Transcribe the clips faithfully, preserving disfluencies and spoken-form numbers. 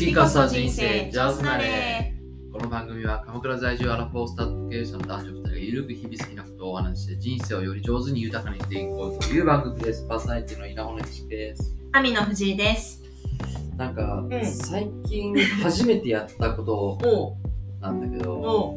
次こそ人生上手なれ。この番組は鎌倉在住アラフォースタート経営者の男女ふたりがゆるく日々好きなことをお話しして人生をより上手に豊かにしていこうという番組です。パーソナリティの稲穂根岸です。 網野藤井です。 なんか、 うん、 最近初めてやったことなんだけど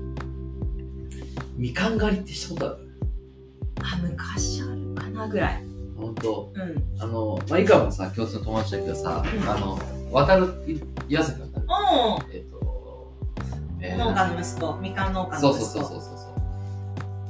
みかん狩りってしたことある？ あ、昔あるかなぐらい。 ほんと、 うん、 あの、まあ、いかもさ、共通の友達だけどさ、うん、あの、渡る、岩崎渡る。えっ、ー、と、 えー、農家の息子、みかん農家の息子。 そうそうそうそうそう。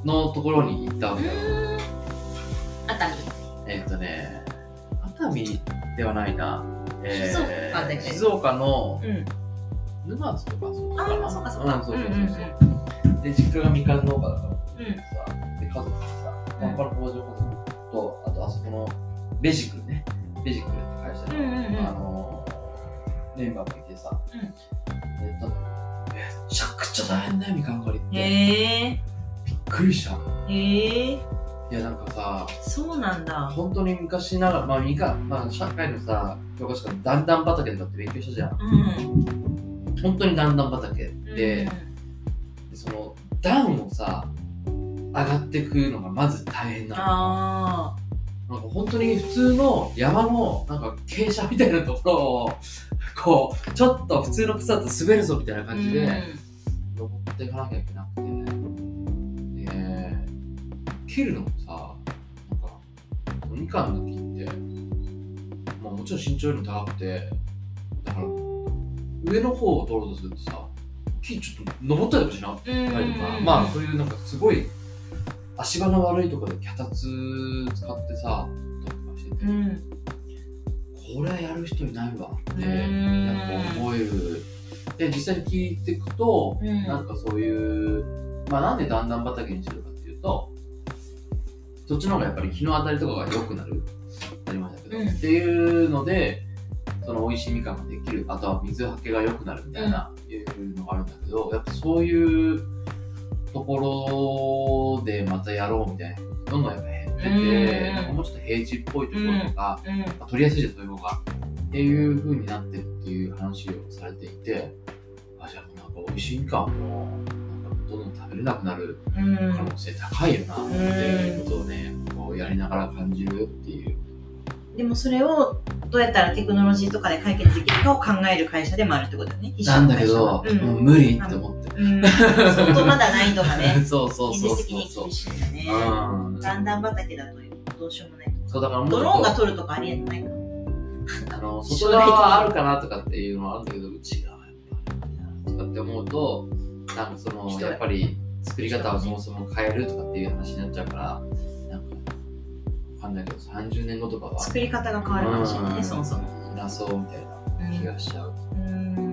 のところに行ったわけよ。 熱海。 えっ、ー、とね、熱海ではないな。 えー、静岡だけど。 静岡の、 うん、 沼津とかそうかな。あ、そうかそうか。 うん、そうそうそうそう、うん。で、実家がみかん農家だから。 うん。 さ、で、家族がさ、まあ、他の友達の家族と、あとあそこのベジクルね、ベジクルって会社の、うんうんうん、あのー、メンバーがいてさ、うん、でただめちゃくちゃ大変だよみかん狩りって。 へー、びっくりした。 へー、 いやなんかさ、 そうなんだ。 本当に昔ながら、まあみかん、まあ社会のさ教科書から段々畑とかって勉強したじゃん。うん、本当に段々畑で、うん、でその段をさ上がってくのがまず大変なの。 あなんか本当に普通の山のなんか傾斜みたいなところをこうちょっと普通の草だと滑るぞみたいな感じで登っていかなきゃいけなくて、で切るのもさ、なんかみかんの木って、まあ、もちろん身長よりも高くて、だから上の方を取ろうとするとさ、木ちょっと登ったりとかしなかったりとか、まあそういうなんかすごい足場の悪いところで脚立使ってさ、とかしてて、うん、これやる人いないわってやっぱ思える。で、実際に聞いていくと、うん、なんかそういう、まあなんで段々畑にしてるかっていうと、そっちの方がやっぱり日の当たりとかが良くなる、当たり前だけど、うん、っていうので、その美味しいみかんができる、あとは水はけが良くなるみたいな、うん、いうのがあるんだけど、やっぱそういうところでまたやろうみたいな人どんどんやっぱ減ってて、なんかもうちょっと平地っぽいところとか、うんまあ、取りやすいじゃんそういうのがっていう風になってるっていう話をされていて、あ、じゃあなんか美味しいみかんもなんかどんどん食べれなくなる可能性高いよなっていうことをね、こうやりながら感じるっていう。 でもそれをどうやったらテクノロジーとかで解決できるかを考える会社でもあるってことだよね。 なんだけど、うん、もう無理って思ってる。 うん、相当まだ難易度がね、 そうそうそうそう現実的に厳しいんだね。段々畑だとどうしようもない。 そうだからもうドローンが取るとかありえないかな。あの外側はあるかなとかっていうのはあるんだけど、うち側はやっぱりなとかって思うと、なんかそのやっぱり作り方をそもそも変えるとかっていう話になっちゃうから。わかんないけどさんじゅうねんごとかは作り方が変わるかもしれないね、そもそもいなそうみたいな気がしちゃう。うん、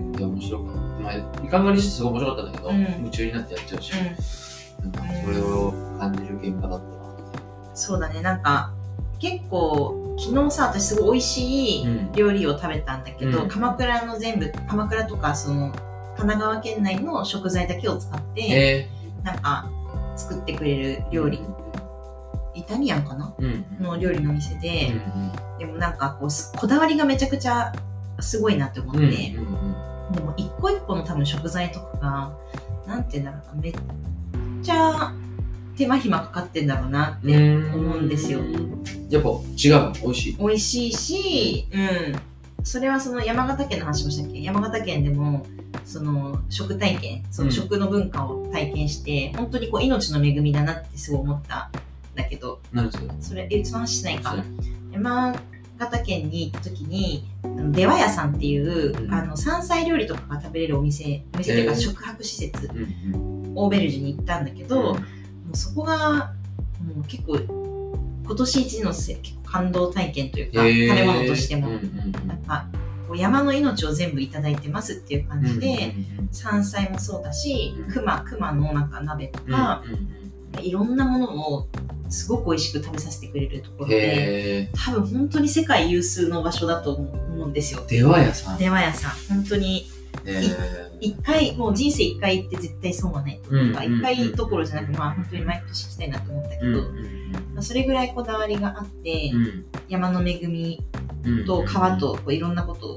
で面白かった。まあみかん狩りしてすごい面白かったんだけど、うん、夢中になってやっちゃうし、うん、なんかそれを感じる現場だったな。 そうだね、なんか結構昨日さ、私すごい美味しい料理を食べたんだけど、うん、鎌倉の全部鎌倉とかその神奈川県内の食材だけを使って、えー、なんか作ってくれる料理、うんイタリアンかな、うん、の料理の店で、うん、でもなんかこうこだわりがめちゃくちゃすごいなって思って、うんうんうん、でも一個一個の多分食材とかがなんていうんだろうな、めっちゃ手間暇かかってんだろうなって思うんですよ。 やっぱ違う、美味しい美味しいし、うん、それはその山形県の話もしたっけ。山形県でもその食体験、その食の文化を体験して、うん、本当にこう命の恵みだなってすごい思っただけど、 何ですかそれ、え、その話してないか。山形県に行った時に、出羽屋さんっていう、うん、あの山菜料理とかが食べれるお店、お店っていうか宿泊施設、えー、オーベルジュに行ったんだけど、うん、もうそこがもう結構今年一の結構感動体験というか、えー、食べ物としても、うんうん、なんかこう山の命を全部いただいてますっていう感じで、うんうんうん、山菜もそうだし、熊熊のなんか鍋とか、うんうんうん、いろんなものをすごく美味しく食べさせてくれるところで、多分本当に世界有数の場所だと思うんですよ。 出羽屋さん。 出羽屋さん、本当に一回もう人生一回行って絶対損はないというか、一、うん、回どころじゃなくて、まあ本当に毎年行きたいなと思ったけど、うんまあ、それぐらいこだわりがあって、うん、山の恵みと川とこういろんなことを考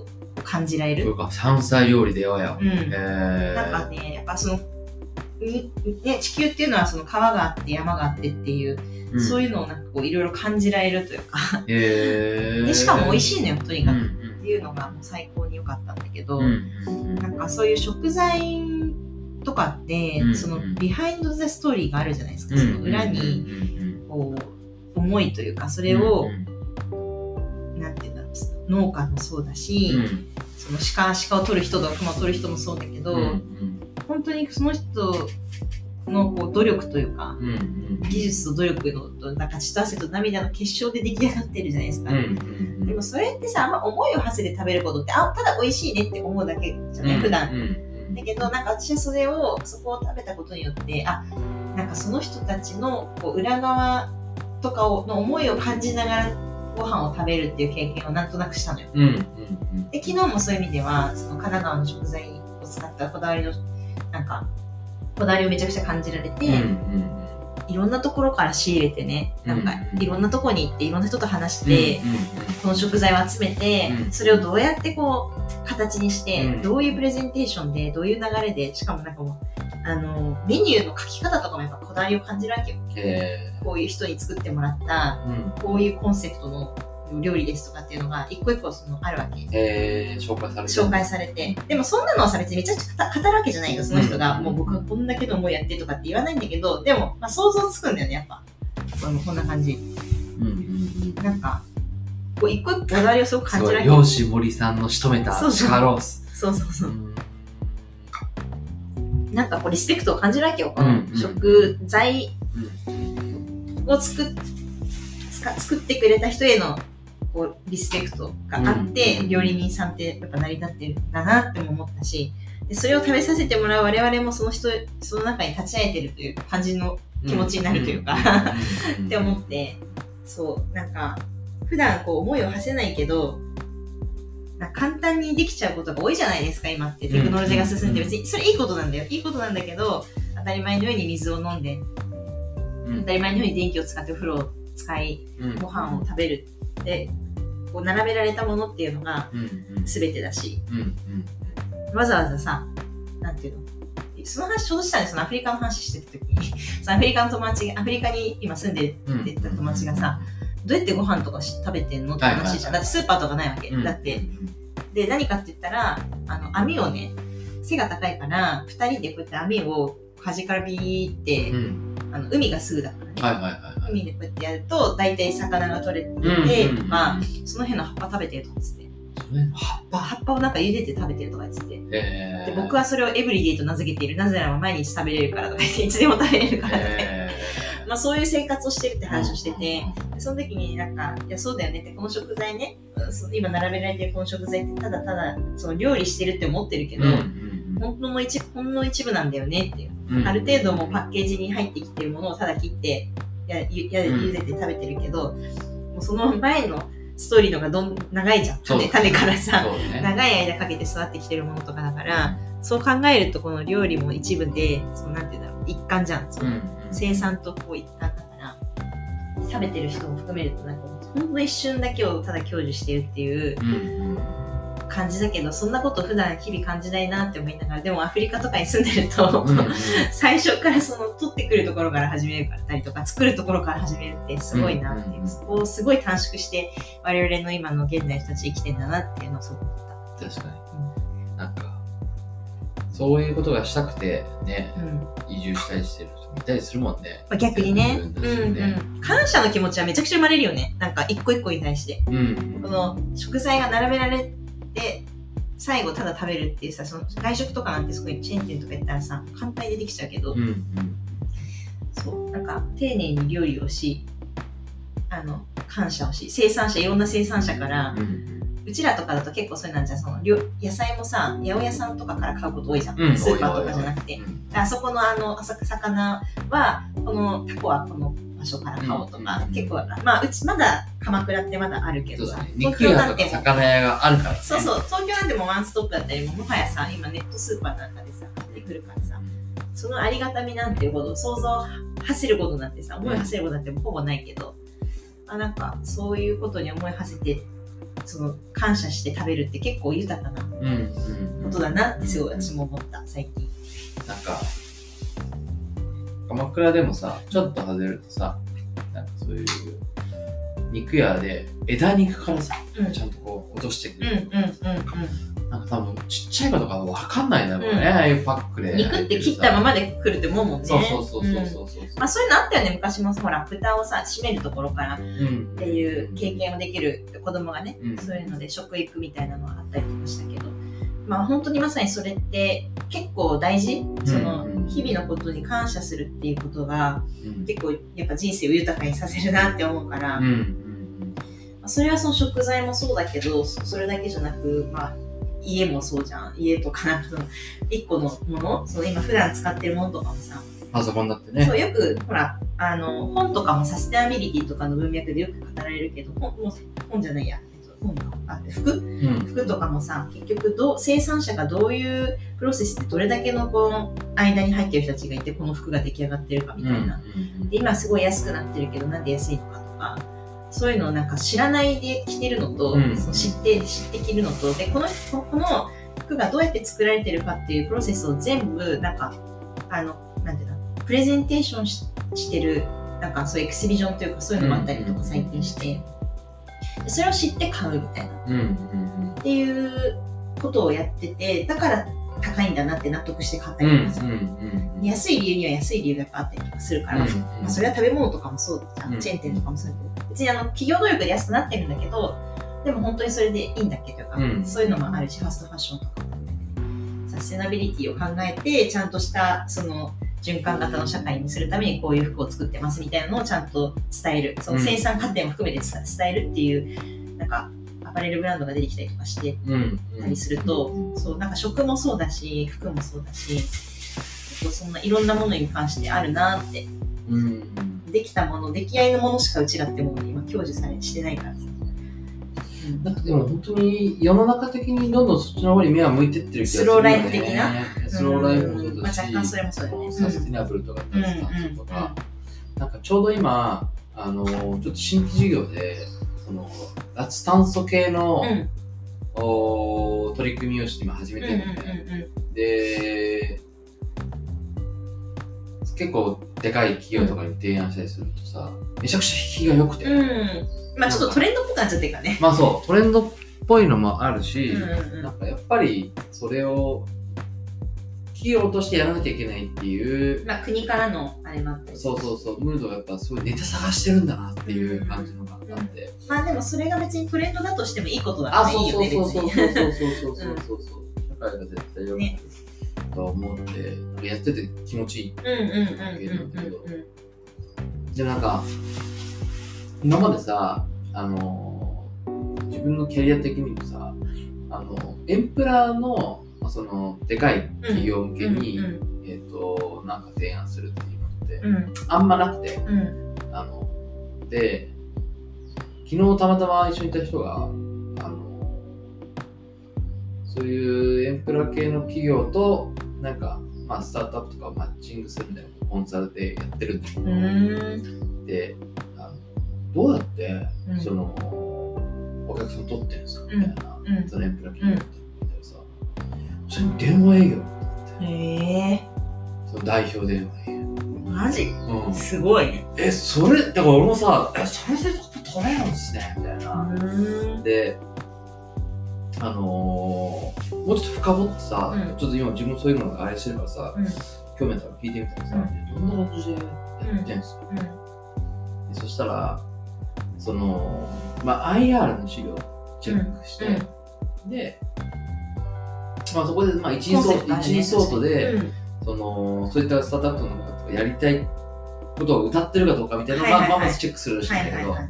感じられる。 そうか、山菜料理ではや。 うん。 えー、 なんかね、やっぱその、にね、地球っていうのはその川があって山があってっていう、うん、そういうのをなんかこういろいろ感じられるというか、 えー、 でしかも美味しいのよ、とにかく、 うんうん、 っていうのがもう最高に良かったんだけど、 うんうん、 なんかそういう食材とかって、うんうん、そのビハインド・ザ・ストーリーがあるじゃないですか、うんうん、その裏にこう思いというか、それを、うんうん、なんていうんだろう、農家もそうだし、うん、その鹿鹿を取る人とか熊を取る人もそうだけど、うんうん、本当にその人のこう努力というか、うんうん、技術と努力のなんか血と汗と涙の結晶で出来上がってるじゃないですか、うんうん、でもそれってさ、あんま思いを馳せて食べることって、あ、ただ美味しいねって思うだけじゃない、普段、うんうん、だけどなんか私はそれをそこを食べたことによって、あ、なんかその人たちのこう裏側とかをの思いを感じながらご飯を食べるっていう経験をなんとなくしたのよ、うんうんうん、で昨日もそういう意味ではその神奈川の食材を使ったこだわりのなんかこだわりをめちゃくちゃ感じられて、うんうん、いろんなところから仕入れてね、なんかいろんなところに行っていろんな人と話して、うんうん、この食材を集めて、うん、それをどうやってこう形にして、うん、どういうプレゼンテーションでどういう流れで、しかもなんかもうあのメニューの書き方とかもやっぱこだわりを感じるわけよ。こういう人に作ってもらった、うん、こういうコンセプトの料理ですとかっていうのが一個一個そのあるわけ、 えー、紹介されて紹介されて、でもそんなのをさ別にめちゃくちゃ語るわけじゃないよ、その人が、うん、もう僕はこんだけの思いやってとかって言わないんだけど、でも、まあ、想像つくんだよね、やっぱこれもこんな感じ、うん、なんかこう一個一個こだわりをすごく感じられる。 漁師森さんの仕留めた鹿ロース、 そうそうそう、うん、なんかこうリスペクトを感じるわけよ、この食材を作っ、作ってくれた人へのこうリスペクトがあって、うん、料理人さんってやっぱ成り立ってるんだなっても思ったし、でそれを食べさせてもらう我々もその人その中に立ち会えてるという感じの気持ちになるというか、うん、って思って、そうなんか普段こう思いを馳せないけどなんか簡単にできちゃうことが多いじゃないですか、今ってテクノロジーが進んで、別にそれいいことなんだよ、いいことなんだけど、当たり前のように水を飲んで、うん、当たり前のように電気を使ってお風呂を使い、ご飯を食べるってこう並べられたものっていうのが全てだし、うんうんうん、わざわざさ、なんていうの、その話ちょうどしたんですよ、アフリカの話してた時にそのアフリカの友達が、アフリカに今住んでた友達がさ、どうやってご飯とか食べてんのって話じゃん、だってスーパーとかないわけ、うん、だってで何かって言ったら、あの網をね、背が高いからふたりでこうやって網を端からビーって、うん、あの海がすぐだからね、はいはいはいはい、海でこうやってやると大体魚が取れてて、うんうんうん、まあ、その辺の葉っぱ食べてるとかつって、葉っぱ葉っぱをなんか茹でて食べてるとか言ってて、えー、で僕はそれをエブリデイと名付けている、なぜならば毎日食べれるからとか言って、いつでも食べれるからとか、えー、まあそういう生活をしてるって話をしてて、でその時になんか、いやそうだよねって、この食材ね、今並べられてるこの食材ってただただその料理してるって思ってるけど、うんうんうん、本当の一ほんの一部なんだよねっていう、うん、ある程度もパッケージに入ってきてるものをただ切ってやや茹でて食べてるけど、もうその前のストーリーのがどん長いじゃん、種, 種からさ、ね、長い間かけて育ってきてるものとかだから、そう考えるとこの料理も一部で、そうなんていうんだろう、一環じゃん、その生産とこう一環だから、食べてる人も含めるとなんかほんの一瞬だけをただ享受してるっていう感じだけど、そんなこと普段日々感じないなって思いながら、でもアフリカとかに住んでると、うんうん、最初からその取ってくるところから始めるたりとか、作るところから始めるってすごいなっていう、うんうん、そこをすごい短縮して我々の今の現代の人たち生きてんだなっていうのをすごく思った。 確かに、うん、なんかそういうことがしたくてね、うん、移住したりしてる人もいたりするもんね。 逆にね、うんうん、感謝の気持ちはめちゃくちゃ生まれるよね。なんか一個一個に対して、うん、この食材が並べられて最後ただ食べるっていうさ、その外食とかなんてすごいチェーン店とか言ったらさ簡単に出てきちゃうけど、うんうん、そうなんか丁寧に料理をし、あの感謝をし、生産者いろんな生産者から、うん、うちらとかだと結構そういうなんじゃん、その野菜もさ八百屋さんとかから買うこと多いじゃん、うん、スーパーとかじゃなくて、うん、あそこのあの魚はこのタコはこの場所から買おうとか、うん、結構まあうちまだ鎌倉ってまだあるけどさ、 ね、東京なんても魚屋があるからね。 そうそう、東京なんてもワンストップだったりも、もはやさ今ネットスーパーなんかでさ買ってくるからさ、そのありがたみなんていうほど想像を馳せることなんてさ、思い馳せることなんてほぼないけど、あなんかそういうことに思い馳せてその感謝して食べるって結構豊かなことだなってすごい私も思った最近。 なんか鎌倉でもさちょっと外れるとさなんかそういう肉屋で枝肉からさ、うん、ちゃんとこう落としてくる、うんうんうんうん、なんか多分ちっちゃい子とかわかんないんだろうね、うん、ああいうパックで肉って切ったままで来るって思うもんね。 そうそうそうそうそうそう、 うん、まあそういうのあったよね昔も。ほら蓋をさ閉めるところからっていう経験をできる子供がね、うん、そういうので食育みたいなのはあったりとかしたけど、まあ本当にまさにそれって結構大事、うん、その日々のことに感謝するっていうことが、うん、結構やっぱ人生を豊かにさせるなって思うから、うんうん、それはその食材もそうだけどそれだけじゃなく、まあ、家もそうじゃん。家とかなんかその一個のもの、その今普段使ってるものとかもさ、 パソコンだってね。 そうよくほらあの本とかもサステナビリティとかの文脈でよく語られるけど、本も本じゃないや。本かあ服、うん、服とかもさ結局どう生産者がどういうプロセスでどれだけのこの間に入ってる人たちがいてこの服が出来上がってるかみたいな、うんうんうん、で今すごい安くなってるけどなんで安いのかとかそういうのをなんか知らないで着てるのと、うん、その知って知って着るのとでこのこの服がどうやって作られてるかっていうプロセスを全部なんかあのなんていうのプレゼンテーション し, してるなんかそういうエクシビジョンというかそういうのもあったりとか最近して。うんうんそれを知って買うみたいな、うんうんうん、っていうことをやっててだから高いんだなって納得して買ったりとかする、うんうんうん、安い理由には安い理由がやっぱあったりとかするから、うんうんまあ、それは食べ物とかもそうじゃん、うん、チェーン店とかもそうだけど別にあの企業努力で安くなってるんだけどでも本当にそれでいいんだっけというか、うん、そういうのもあるしファストファッションとかもサステナビリティを考えてちゃんとしたその循環型の社会にするためにこういう服を作ってますみたいなのをちゃんと伝えるその生産過程も含めて伝えるっていうなんかアパレルブランドが出てきたりとかしてたりすると、うんうん、そうなんか食もそうだし服もそうだしそんないろんなものに関してあるなって、うん、できたもの出来合いのものしかうちらってものに今享受されしてないからさ、 うん、なんかでも本当に世の中的にどんどんそっちの方に目は向いてってる気がするよね。 スローライフ的なスローライフもそうだし、 まあ、若干それもそうだよね。 サステナブルとか脱炭素とか、なんかちょうど今あのちょっと新規事業でその脱炭素系の、うん、お取り組みをして今始めてるので、うんうんうんうん、で結構でかい企業とかに提案したりするとさ、めちゃくちゃ引きが良くて、うん、 まあちょっとトレンドっぽくなっちゃってるからね。 まあそうトレンドっぽいのもあるし、うんうんうん、なんかやっぱりそれを企業としてやらなきゃいけないっていう、 まあ、国からのあれもあったりそうそうそうムードがやっぱすごいネタ探してるんだなっていう感じのがあって、うんうん、 まあでもそれが別にトレンドだとしてもいいことだからいいよね。 そうそうそうそうそうそうそうそうそう社会が絶対良くなると思うので、ね、やってて気持ちいいわけなんだけど、でなんか今までさあの自分のキャリア的にもさあのエンプラのそのでかい企業向けに、うんうん、えーと、なんか提案するっていうのって、うん、あんまなくて、うん、あので昨日たまたま一緒にいた人があのそういうエンプラ系の企業となんか、まあ、スタートアップとかをマッチングするみたいなコンサルでやってるんだけど、うん、であのどうやって、うん、そのお客さん取ってるんですかみたいな、うん、そのエンプラ企業ってそれ電話営業ってへえその代表電話営業マジ、うん、すごいねえそれだから俺もさえそれでちょっと取れるんですねみたいなうんであのー、もうちょっと深掘ってさ、うん、ちょっと今自分そういうのがあれしてるからさ、うん、興味あったら聞いてみたらさ、うん、どんな感じでやってんすか、うんうん、でそしたらそのまあ アイアール の資料をチェックして、うん、でまあ、そこでまあ一次ソートで、うん、そのそういったスタートアップの方がやりたいことを謳ってるかどうかみたいなのを、はいはいはい、まずチェックするらしいんだけど、はいはいはい、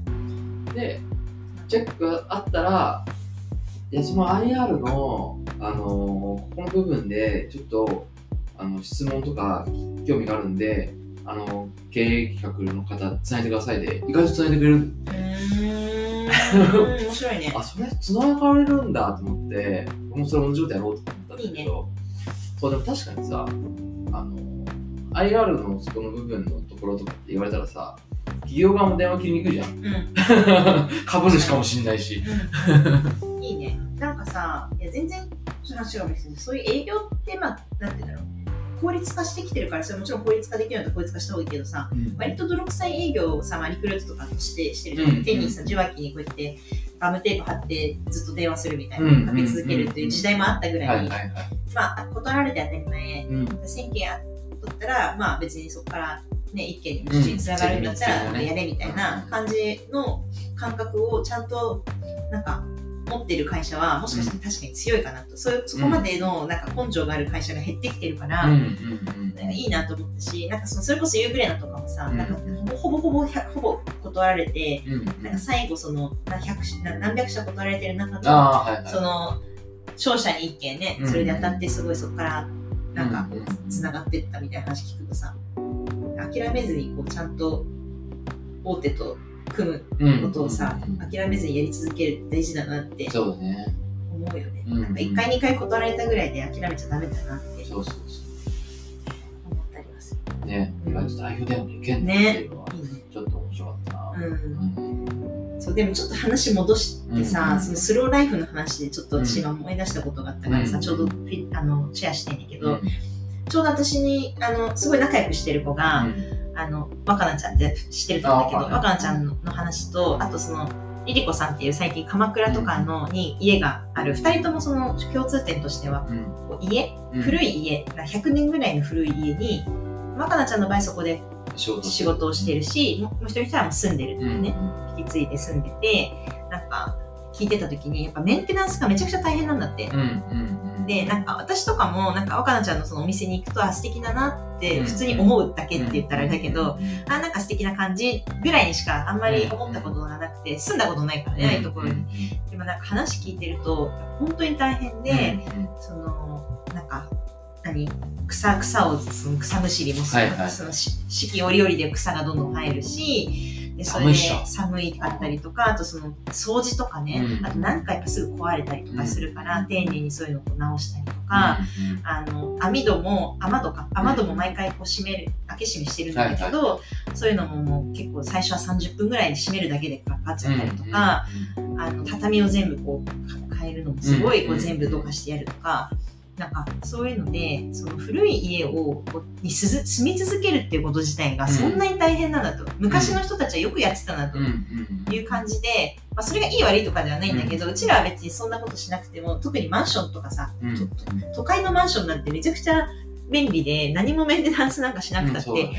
でチェックがあったらいやその アイアール の、あのー、ここの部分でちょっとあの質問とか興味があるんで、あの経営企画の方つないでくださいで意外とつないでくれるんだよね。 面白いね。 あ、それ繋がれるんだと思って、僕もそれ同じことやろうと思ったんだけど、いいね、そうでも確かにさ、あの アイアール のそこの部分のところとかって言われたらさ、 企業側も電話切りにくいじゃん。 うん、 株主かもしんないし。 うん、いいね。なんかさ、いや全然ちょっと話が別にそういう営業ってまあなんていうんだろう。効率化してきてるから、それもちろん効率化できるのは効率化した方がいいけどさ、うん、割と泥臭い営業をさ、リクルートとかしてしてるじゃん、うん、手にさ、受話器にこうやってガムテープ貼ってずっと電話するみたいな、かけ続けるっていう時代もあったぐらい、まあ、断られて当たり前、うん、せんけん取ったら、まあ別にそこからね、いっけんにもにつながるんだったらやれみたいな感じの感覚をちゃんと、なんか、持ってる会社はもしかして確かに強いかなと、うん、そ, そこまでのなんか根性がある会社が減ってきてるから、うんうんうん、いいなと思ったし、なんか そ, それこそユーグレナとかもさ、うん、なんかほぼほぼほぼ断られて、うんうん、なんか最後その何百何百社断られてる中の、はいはい、その商社にいっけんね、それで当たってすごいそこからなんかこうつながっていったみたいな話聞くとさ、諦めずにこうちゃんと大手と組むことをさ、うんうんうん、諦めずにやり続けるって大事だなって思うよね。うんうん、なんかいっかいにかい断られたぐらいで諦めちゃダメだなってそうそうそう思ったりはする。 ね、うん、代表でもいけんねっていうのはちょっと面白かったな。うんうん、そうでもちょっと話戻してさ、うんうん、そのスローライフの話でちょっと私が思い出したことがあったからさ、うん、ちょうどフィあのシェアしてんだけど、うん、ちょうど私にあのすごい仲良くしてる子が、うんあの若菜ちゃんって知ってると思うんだけど、若菜ちゃんの話と、あとそのリリコさんっていう最近鎌倉とかのに家があるふたりともその共通点としては、うん、こう家、うん、古い家ひゃくねんぐらいの古い家に若菜ちゃんの場合そこで仕事をしてるし、もう一人人はもう住んでるんだよね、うん、引き継いで住んでて、なんか聞いてた時にやっぱメンテナンスがめちゃくちゃ大変なんだって、うんうんうん、でなんか私とかもなんか若菜ちゃんのそのお店に行くとあ素敵だなって普通に思うだけって言ったらあれだけど、うん、あなんか素敵な感じぐらいにしかあんまり思ったことがなくて、住んだことないからね、ああいうところに。でもなんか話聞いてると本当に大変で、そのなんか何草草をその草むしりもする、はいはい、その四季折々で草がどんどん生えるし。でそれで寒いかったりとか、あとその掃除とかね、うん、あと何回やっぱすぐ壊れたりとかするから、うん、丁寧にそういうのを直したりとか、うん、あの網戸も雨戸か雨戸も毎回こう閉める開け閉めしてるんだけど、はいはい、そういうのももう結構最初はさんじゅっぷんぐらいで閉めるだけでかかっちゃったりとか、うん、あの畳を全部こう変えるのもすごいこう全部どかしてやるとか。なんかそういうのでその古い家をに住み続けるっていうこと自体がそんなに大変なんだと、うん、昔の人たちはよくやってたなという感じで、まあ、それがいい悪いとかではないんだけど、うん、うちらは別にそんなことしなくても特にマンションとかさ、うん、都会のマンションなんてめちゃくちゃ便利で何もメンテナンスなんかしなくたっていい、うん、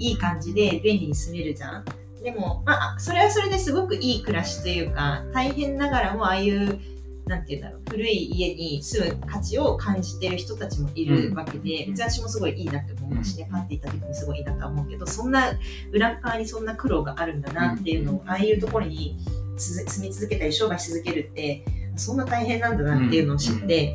いい感じで便利に住めるじゃん。でも、まあ、それはそれですごくいい暮らしというか大変ながらもああいうなんていうんだろう古い家に住む価値を感じてる人たちもいるわけで、うん、私もすごいいいなって思うしね、パッて行った時にすごいいいなと思うけど、そんな裏側にそんな苦労があるんだなっていうのを、ああいうところに住み続けたり商売し続けるってそんな大変なんだなっていうのを知って、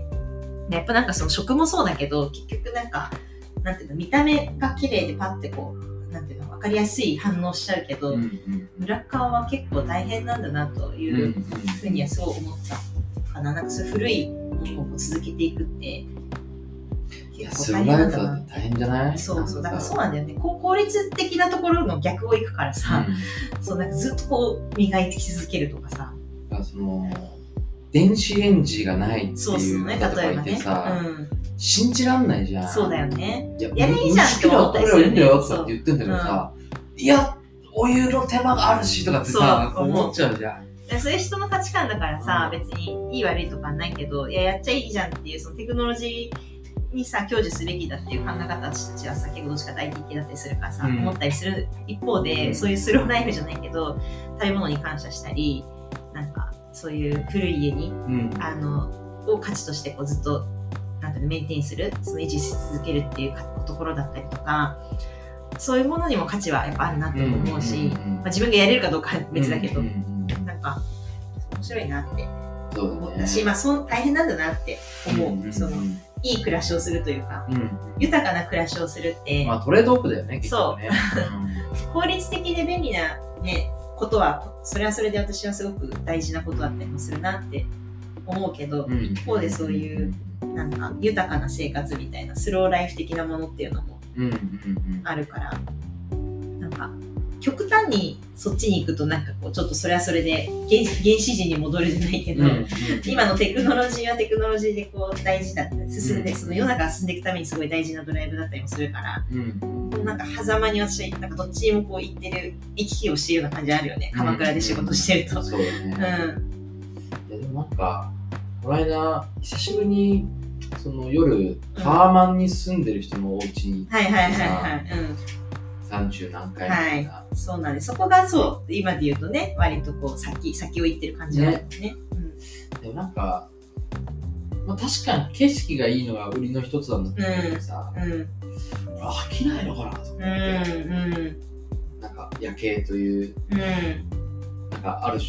うん、やっぱなんかその食もそうだけど結局なんかなんていうの見た目が綺麗でパッてこうなんていうの分かりやすい反応しちゃうけど、うん、裏側は結構大変なんだなというふうにはすごい思った。なんかそういう古いものを続けていくって結構大変なんだな。大変じゃない？ そうそうだからそうなんだよね。効率的なところの逆をいくからさ、うん、そうなんかずっとこう磨いて続けるとかさ。 だからその電子レンジがないっていう方とかいてさ、うん、信じらんないじゃん。 そうだよね。やれいいじゃんって思ったりする、ね。 いいんだよとかって言ってんだけどさ、うん、いやお湯の手間があるしとかってさ思っちゃうじゃん。 そういう人の価値観だからさ、別にいい悪いとかないけど、いややっちゃいいじゃんっていうそのテクノロジーにさ享受すべきだっていう考え方たちはさ結構どっちか アイティー 系だったりするからさ、うん、思ったりする一方で、うん、そういうスローライフじゃないけど食べ物に感謝したりなんかそういう古い家に、うん、あのを価値としてこうずっとなんていうのメンテインするその維持し続けるっていうところだったりとか。そういうものにも価値はやっぱあるなって思うし、うんうんうんまあ、自分がやれるかどうかは別だけど、うんうんうん、なんか面白いなって思ったし、ねまあ、そ大変なんだなって思う、うんうんうん、そのいい暮らしをするというか、うんうん、豊かな暮らしをするって、 まあ、トレードオフだよね結構ねそう効率的で便利な、ね、ことはそれはそれで私はすごく大事なことだったりもするなって思うけど、うん、一方でそういうなんか豊かな生活みたいなスローライフ的なものっていうのもあるから、うんうんうん、なんか極端にそっちに行くとなんかこうちょっとそれはそれで原, 原始人に戻るじゃないけど、うんうん、今のテクノロジーはテクノロジーでこう大事だったり進んで、うん、その世の中が進んでいくためにすごい大事なドライブだったりもするから、うん、なんか狭間に私なんかどっちにもこう行ってる行き来をしてるような感じあるよね、鎌倉で仕事してると、うん、そうだね、 うん、いやでもなんかこの間久しぶりにその夜タワマンに住んでる人のお家に行ってさ、はいはいはいはい、うんさんじゅうなんかいみたいな、 はい、そうなんです。そこがそう今で言うとね割とこう先先を行ってる感じだよね。ね、 うん、でもなんか、まあ、確かに景色がいいのが売りの一つなんだけどさ、うんうん、飽きないのかなと思って、うんうん、なんか夜景という、うん、なんかある種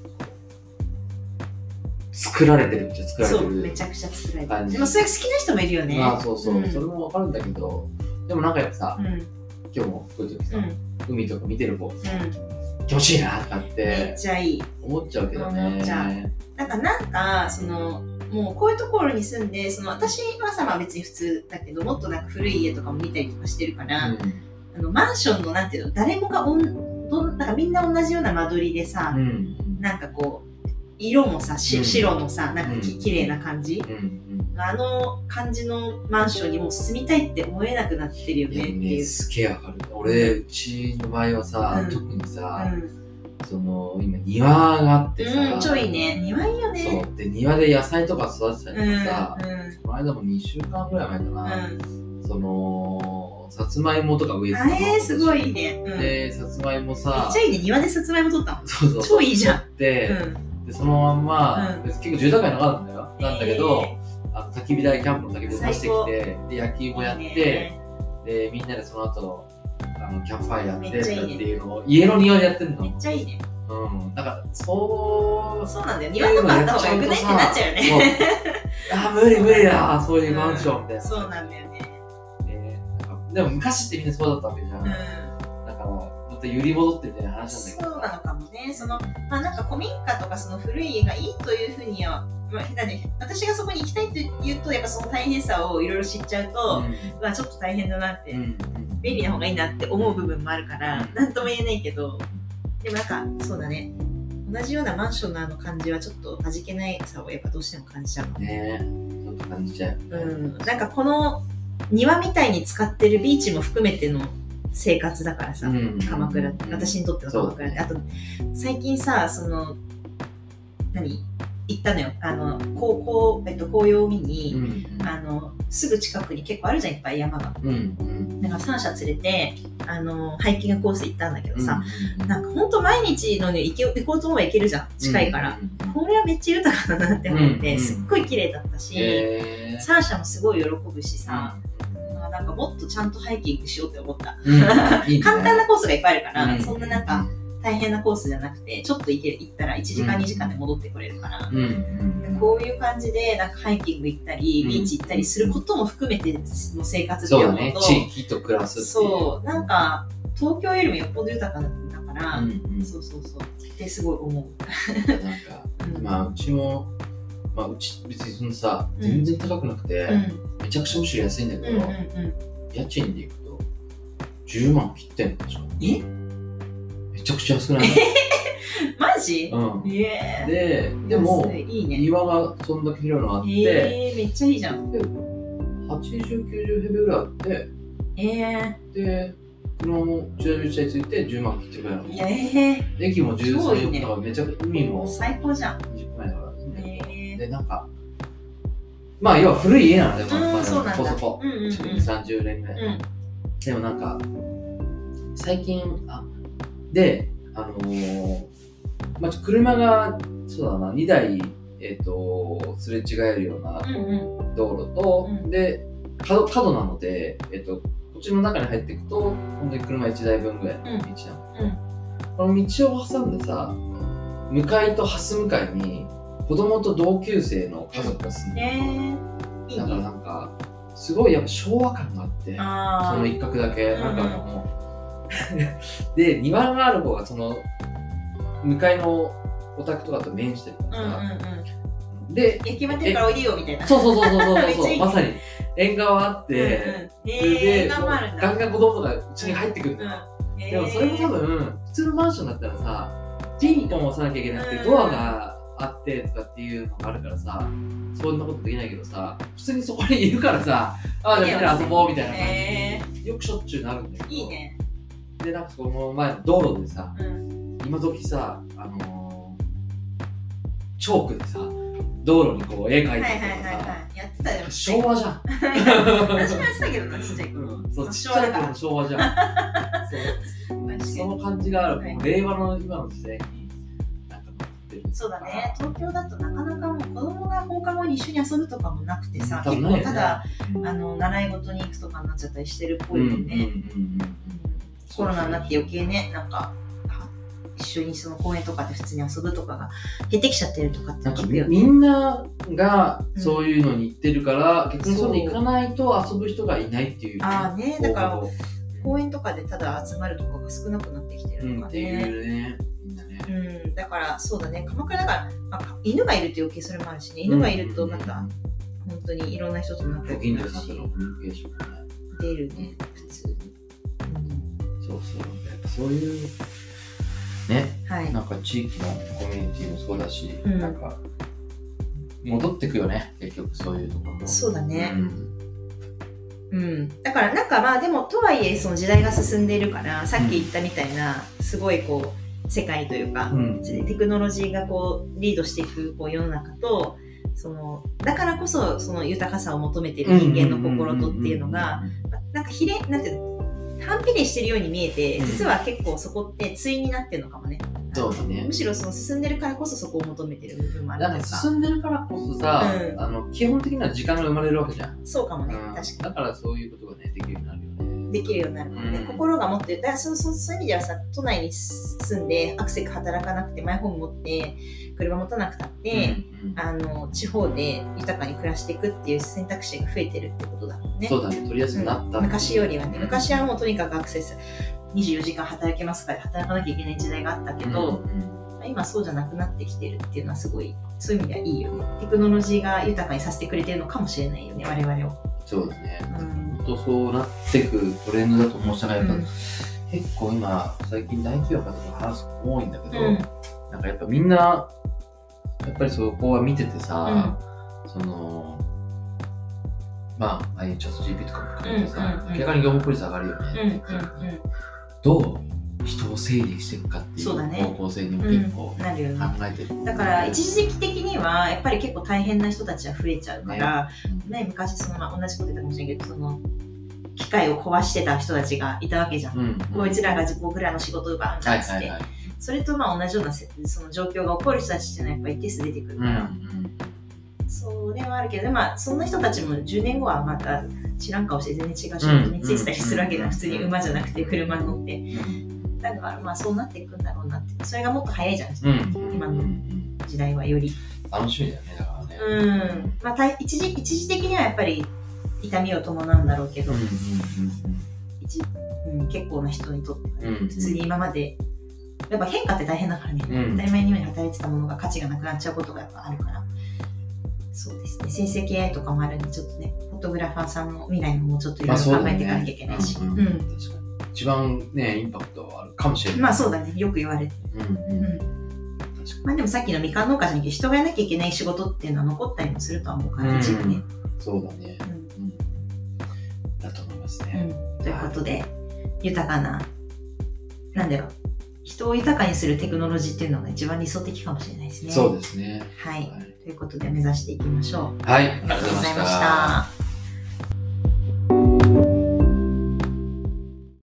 作られてるっちゃ作られてる、そうめちゃくちゃ作られてる。でもそれ好きな人もいるよね。 まあそうそう、うん、それもわかるんだけど、でもなんかやっぱさ、うん今日もこういう時さ、うん、海とか見てる方さ、うん、気持ちいいなとかってめっちゃいい思っちゃうけどね。 思っちゃう。なんかなんかそのもうこういうところに住んでその私はさまあ別に普通だけどもっとなんか古い家とかも見たりとかしてるから、うん、あのマンションのなんていうの誰もがおんどなんかみんな同じような間取りでさ、うん、なんかこう色もさし、うん、白のさなんかき、うん、綺麗な感じ。うんあの感じのマンションにもう住みたいって思えなくなってるよねっていう。 ね、すげえわかる。俺、うちの場合はさ、うん、特にさ、うん、その今庭があってさ、 うん、ちょいね、庭いいよね。 そうで庭で野菜とか育てたりとかさ、うんうん、この間もにしゅうかんぐらい前かな、うん、そのさつまいもとか植えてたの。 えー、すごいいいね。 うん、でさつまいもさ、 めっちゃいいね。庭でさつまいも取ったの。 そうそう超いいじゃん。 で、うん、でそのまんま、うん、結構住宅街の中なんだよ。なんだけど。えーあの焚き火台キャンプの焚き火台出してきてで焼き芋やっていい、ね、でみんなでその後あのキャンプファイヤーやってっていうのを家の庭でやってるの。 めっちゃいいね。 うん、だからそうそうなんだよ。庭とかあった方がよくないってなっちゃうよね。 あ無理無理だそういうマンションみたいな、 うん、そうなんだよね。 で, なんかでも昔ってみんなそうだったわけじゃん。うん、だからまた揺り戻ってみたいな話なんだけど。 そうなのかもね。そのまあなんか古民家とかその古い家がいいというふうには。まあ、私がそこに行きたいと言うとやっぱその大変さをいろいろ知っちゃうと、うんまあ、ちょっと大変だなって、うん、便利な方がいいなって思う部分もあるから何とも言えないけどでもなんかそうだね同じようなマンションのあの感じはちょっと味気ないさをやっぱどうしても感じちゃうねちょっと感じちゃう、 うん、なんかこの庭みたいに使ってるビーチも含めての生活だからさ、うん、鎌倉って私にとっての鎌倉って、ね、あと最近さその何行ったのよあの高校、えっと、紅葉を見に、うんうん、あのすぐ近くに結構あるじゃんいっぱい山が、うんうん、だからさん社連れてあのハイキングコース行ったんだけどさ、うんうん、なんかほんと毎日のね行け行こうと思えば行けるじゃん近いから、うんうん、これはめっちゃ豊かだなって思って、うんうん、すっごい綺麗だったし、えー、さん社もすごい喜ぶしさ、うん、なんかもっとちゃんとハイキングしようって思った、うんいいね、簡単なコースがいっぱいあるから、うん、そんななんか大変なコースじゃなくてちょっと行ける行ったらいちじかん、うん、にじかんで戻ってこれるから、うんうん、こういう感じでなんかハイキング行ったり、うん、ビーチ行ったりすることも含めての生活っていうのと、 ね、地域と暮らすっていうそうなんか東京よりもよっぽど豊かだから、うんうん、そうそうそうってすごい思うなんか、うん、まあうちも、まあ、うち別にそのさ全然高くなくて、うん、めちゃくちゃむしろ安いんだけど、うんうんうん、家賃でいくとじゅうまん切ってんの確かえめちゃくちゃ安くないマジ、 うん、 えー、 で、でもいい、ね、庭がそんだけ広いのあって、 えー、めっちゃいいじゃん。 ではちじゅう、きゅうじゅう平米ぐらいあって、 えー、 で、車も駐車場についてじゅうまん切ってるぐらいなの。 えー、 駅もじゅうさん、よんだからめちゃくちゃ海も最高じゃん。 にじゅっぷんだからいいんだけど、えー、で、なんか、まあ要は古い家なので、まあ、そこそこ、うんうんうん、さんじゅうねんぐらいの、うん。でもなんか、最近、あで、あのー、まあ、車がそうだなにだい、えー、とすれ違えるような道路と、うんうん、で 角, 角なので、えー、とこっちの中に入っていくと本当に車いちだいぶんぐらいの道なの、うんうん、この道を挟んでさ向かいと蓮向かいに子供と同級生の家族が住んでる、えー、だからなんかすごいやっぱ昭和感があってその一角だけ、うん、なんかもうで庭がある方がその向かいのお宅とかと面してるからさ、うんうんうん、で決まってるからおいでよみたいなそうそうそうそうそうそうまさに縁側あって、うんうん、 でガンガン子供とかうちに入ってくるんだよ、 うでもそれも多分普通のマンションだったらさ、ピンポン押さなきゃいけなくて、ドアがあってとかっていうのがあるからさ、そんなことできないけどさ、普通にそこにいるからさ、ああじゃあみんな遊ぼうみたいな感じでよくしょっちゅうなるんだけど。 いいね。 でなんかその前の道路でさ、 うん、 今時さ、あのー、チョークでさ、道路にこう絵描いてるとかさ、 はいはいはいはい、やってたよ。 昭和じゃん。 私もやってたけどな、ちっちゃい頃。 うん、そう、ちっちゃい頃の昭和じゃん。そうその感じがある、はい、令和の今の時代になんか乗ってる。 そうだね、東京だとなかなかもう子供が放課後に一緒に遊ぶとかもなくてさ、結構ただ、うん、あの習い事に行くとかになっちゃったりしてるっぽいもんね。コロナになって余計ね、なんか一緒にその公園とかで普通に遊ぶとかが減ってきちゃってるとかって聞くよね。 みんながそういうのに行ってるから、うん、逆にそうに行かないと遊ぶ人がいないっていう、ね。 ああね、だから公園とかでただ集まるとかが少なくなってきてるとかね。うん、っていうね。みんなね。うん、だからそうだね、鎌倉だから、まあ、犬がいるって余計それもあるしね。犬がいるとまた、うん、本当にいろんな人と仲良くなるし。出るね、普通に。 うん、そうそう。やっぱそういうね、はい、なんか地域のコミュニティもそうだし、うん、なんか戻ってくよね、結局そういうところも。 そうだね。うんうん、だからなんかまあでもとはいえその時代が進んでいるからさっき言ったみたいなすごいこう世界というか、うん、テクノロジーがこうリードしていくこう世の中とそのだからこそその豊かさを求めている人間の心とっていうのがなんかひれなんていうの反比例してるように見えて実は結構そこって対になってるのかもね。 そうだね。 むしろその進んでるからこそそこを求めてる部分もあるとか。 なんか進んでるからこそさ、うん、あの基本的な時間が生まれるわけじゃん。 そうかもね、 うん、 確かに。 だからそういうことがねできるようになるよね。 できるようになるもんね。うん、心が持ってる。だからそうそうそういう意味ではさ、都内に住んでアクセク働かなくてマイホーム持って車持たなくたって、うんうん、あの地方で豊かに暮らしていくっていう選択肢が増えてるってことだもんね。 そうだね。取りやすくなった、 うん。昔よりはね。昔はもうとにかくアクセスにじゅうよじかん働けますから働かなきゃいけない時代があったけど。うんうん今そうじゃなくなってきてるっていうのはすごいそういう意味ではいいよね。テクノロジーが豊かにさせてくれてるのかもしれないよね、我々を。 そうだね。うん、本当そうなってくトレンドだと思うじゃないか、うん、結構今最近大企業の方と話すこと多いんだけど、うん、なんかやっぱみんなやっぱりそこは見ててさ、うん、そのまあああいうチャット ジーピー とかも含めてさ、明らかに業務効率上がるよね。うんうんうん、どう人を整理していくかっていう方向性にも結構考えてる、 うん、だから一時期的にはやっぱり結構大変な人たちは増えちゃうから、ねね、昔その、まあ、同じこと言ったかもしれないけどその機械を壊してた人たちがいたわけじゃん、うんうん、こいつらが僕らの仕事を奪うんだっつって、はいはいはい、それとまあ同じようなその状況が起こる人たちっていうのはやっぱり一定数出てくるから、うんうん、それはあるけど、まあ、そんな人たちもじゅうねんごはまた知らん顔して全然違う仕事に就いてたりするわけだ、うんうん、普通に馬じゃなくて車に乗って、うんだからまあそうなっていくんだろうなって、それがもっと早いじゃん、うん、今の時代はより楽しみだよね。だからね、 うんまあ、一時一時的にはやっぱり痛みを伴うんだろうけど、うんうんうん一うん、結構な人にとっては、ねうんうん、普通に今までやっぱ変化って大変だからね、うん、当たり前のように働いてたものが価値がなくなっちゃうことがやっぱあるから、そうですね、生成 エーアイ とかもあるんでちょっとねフォトグラファーさんの未来ももうちょっといろいろ考えていかなきゃいけないし、 まあねうんうん、確かに一番ねインパクトはあるかもしれない。 まあそうだね、よく言われてる、うんうんうん、まあでもさっきのみかん農家じゃなきゃ人がやらなきゃいけない仕事っていうのは残ったりもするとは思うから、一部ね、 そうだね、うんうん、だと思いますね、 うん、ということで豊かななんだろう人を豊かにするテクノロジーっていうのが一番理想的かもしれないですね。 そうですね、 はい、はい、ということで目指していきましょう。 はい、ありがとうございました。